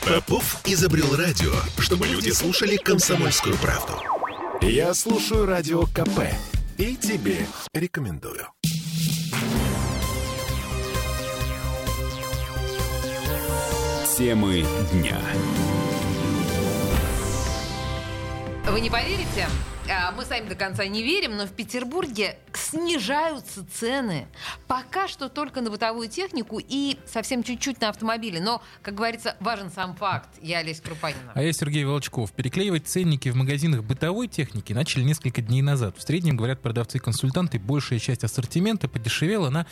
Попов изобрел радио, чтобы люди слушали «Комсомольскую правду». Я слушаю Радио КП и тебе рекомендую. Темы дня. Вы не поверите, мы сами до конца не верим, но в Петербурге снижаются цены. Пока что только на бытовую технику и совсем чуть-чуть на автомобили. Но, как говорится, важен сам факт. Я Олеся Крупанина. А я Сергей Волчков. Переклеивать ценники в магазинах бытовой техники начали несколько дней назад. В среднем, говорят продавцы-консультанты, большая часть ассортимента подешевела на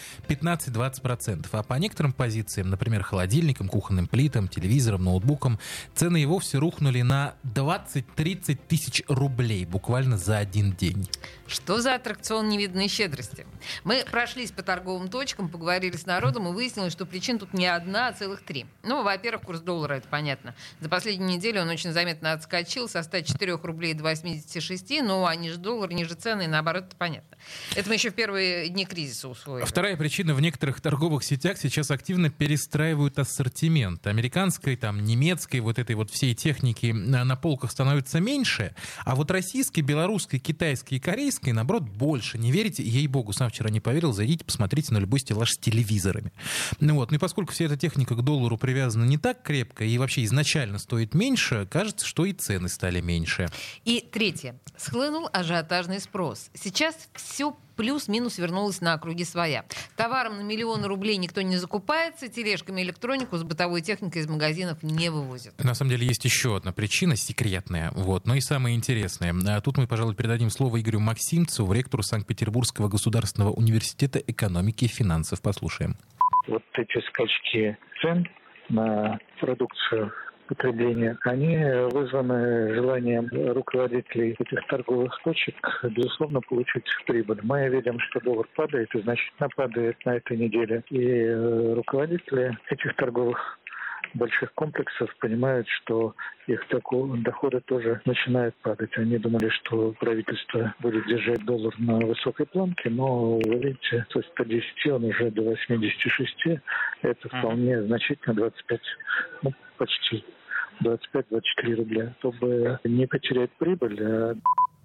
15-20%. А по некоторым позициям, например, холодильникам, кухонным плитам, телевизорам, ноутбукам, цены и вовсе рухнули на 20-30 тысяч рублей буквально за один день. Что за аттракцион невиданной щедрости? Мы прошлись по торговым точкам, поговорили с народом и выяснилось, что причин тут не одна, а целых три. Ну, во-первых, курс доллара, это понятно. За последнюю неделю он очень заметно отскочил со 104 рублей до 86, ну, а ниже доллар, ниже цены, и наоборот, это понятно. Это мы еще в первые дни кризиса усвоили. Вторая причина: в некоторых торговых сетях сейчас активно перестраивают ассортимент. Американской, там, немецкой, вот этой вот всей техники на полках становится меньше, а вот российской, белорусской, китайской и корейской, наоборот, больше. Не верите? Ей-богу, сам вчера не поверил. Зайдите, посмотрите на любой стеллаж с телевизорами. Ну и поскольку вся эта техника к доллару привязана не так крепко и вообще изначально стоит меньше, кажется, что и цены стали меньше. И третье. Схлынул ажиотажный спрос. Сейчас все плюс-минус вернулось на круги своя. Товаром на миллионы рублей никто не закупается, тележками электронику с бытовой техникой из магазинов не вывозят. На самом деле есть еще одна причина, секретная, но и самая интересная. А тут мы, пожалуй, передадим слово Игорю Максимцеву, ректору Санкт-Петербургского государственного университета экономики и финансов. Послушаем. Вот эти скачки цен на продукцию потребления, они вызваны желанием руководителей этих торговых точек, безусловно, получить прибыль. Мы видим, что доллар падает и значительно падает на этой неделе. И руководители этих торговых больших комплексов понимают, что их доходы тоже начинают падать. Они думали, что правительство будет держать доллар на высокой планке, но, вы видите, со 110 он уже до 86. Это вполне значительно, 25, почти 25-24 рубля. Чтобы не потерять прибыль,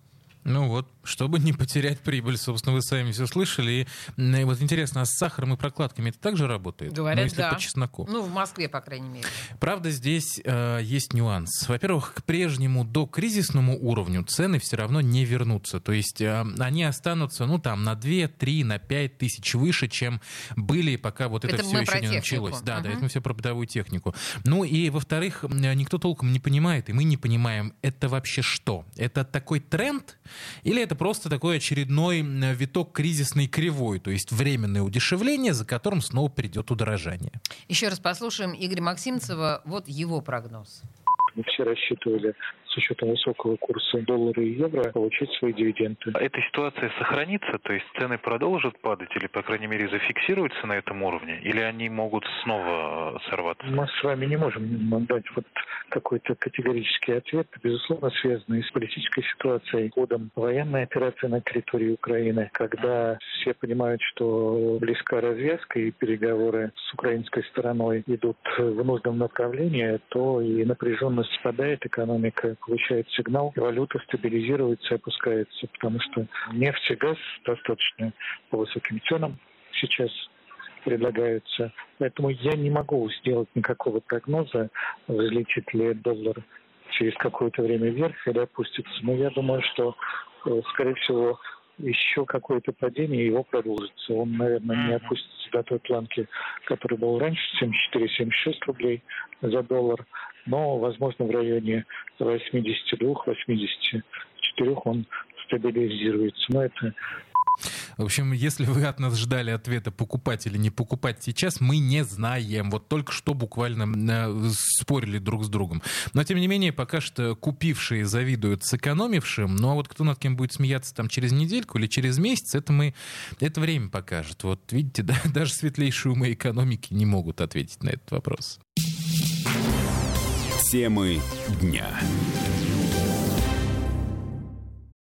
чтобы не потерять прибыль, собственно, вы сами все слышали. И вот интересно, а с сахаром и прокладками это также работает? Говорят, если да. По чесноку. В Москве, по крайней мере. Правда, здесь есть нюанс. Во-первых, к прежнему докризисному уровню цены все равно не вернутся. То есть они останутся, на 2, 3, на 5 тысяч выше, чем были, пока вот это все еще не началось. Да, это мы все про бытовую технику. И, во-вторых, никто толком не понимает, и мы не понимаем, это вообще что? Это такой тренд? Или это просто такой очередной виток кризисной кривой, то есть временное удешевление, за которым снова придет удорожание? Еще раз послушаем Игоря Максимцева. Вот его прогноз. Мы все рассчитывали с учетом высокого курса доллара и евро получить свои дивиденды. Эта ситуация сохранится, то есть цены продолжат падать или, по крайней мере, зафиксируются на этом уровне, или они могут снова сорваться? Мы с вами не можем дать какой-то категорический ответ, безусловно, связанный с политической ситуацией, ходом военной операции на территории Украины, когда все понимают, что близка развязка и переговоры с украинской стороной идут в нужном направлении, то и напряженность спадает, экономика получает сигнал, валюта стабилизируется и опускается, потому что нефть и газ достаточно по высоким ценам сейчас предлагаются. Поэтому я не могу сделать никакого прогноза, взлетит ли доллар через какое-то время вверх или опустится. Но я думаю, что, скорее всего, еще какое-то падение его продолжится. Он, наверное, не опустится до той планки, который был раньше, 74-76 рублей за доллар, но, возможно, в районе 82-84 он стабилизируется. Но это... В общем, если вы от нас ждали ответа, покупать или не покупать сейчас, мы не знаем. Вот только что буквально спорили друг с другом. Но, тем не менее, пока что купившие завидуют сэкономившим. Ну, а вот кто над кем будет смеяться там через недельку или через месяц, это время покажет. Вот видите, да, даже светлейшие умы экономики не могут ответить на этот вопрос. Темы дня.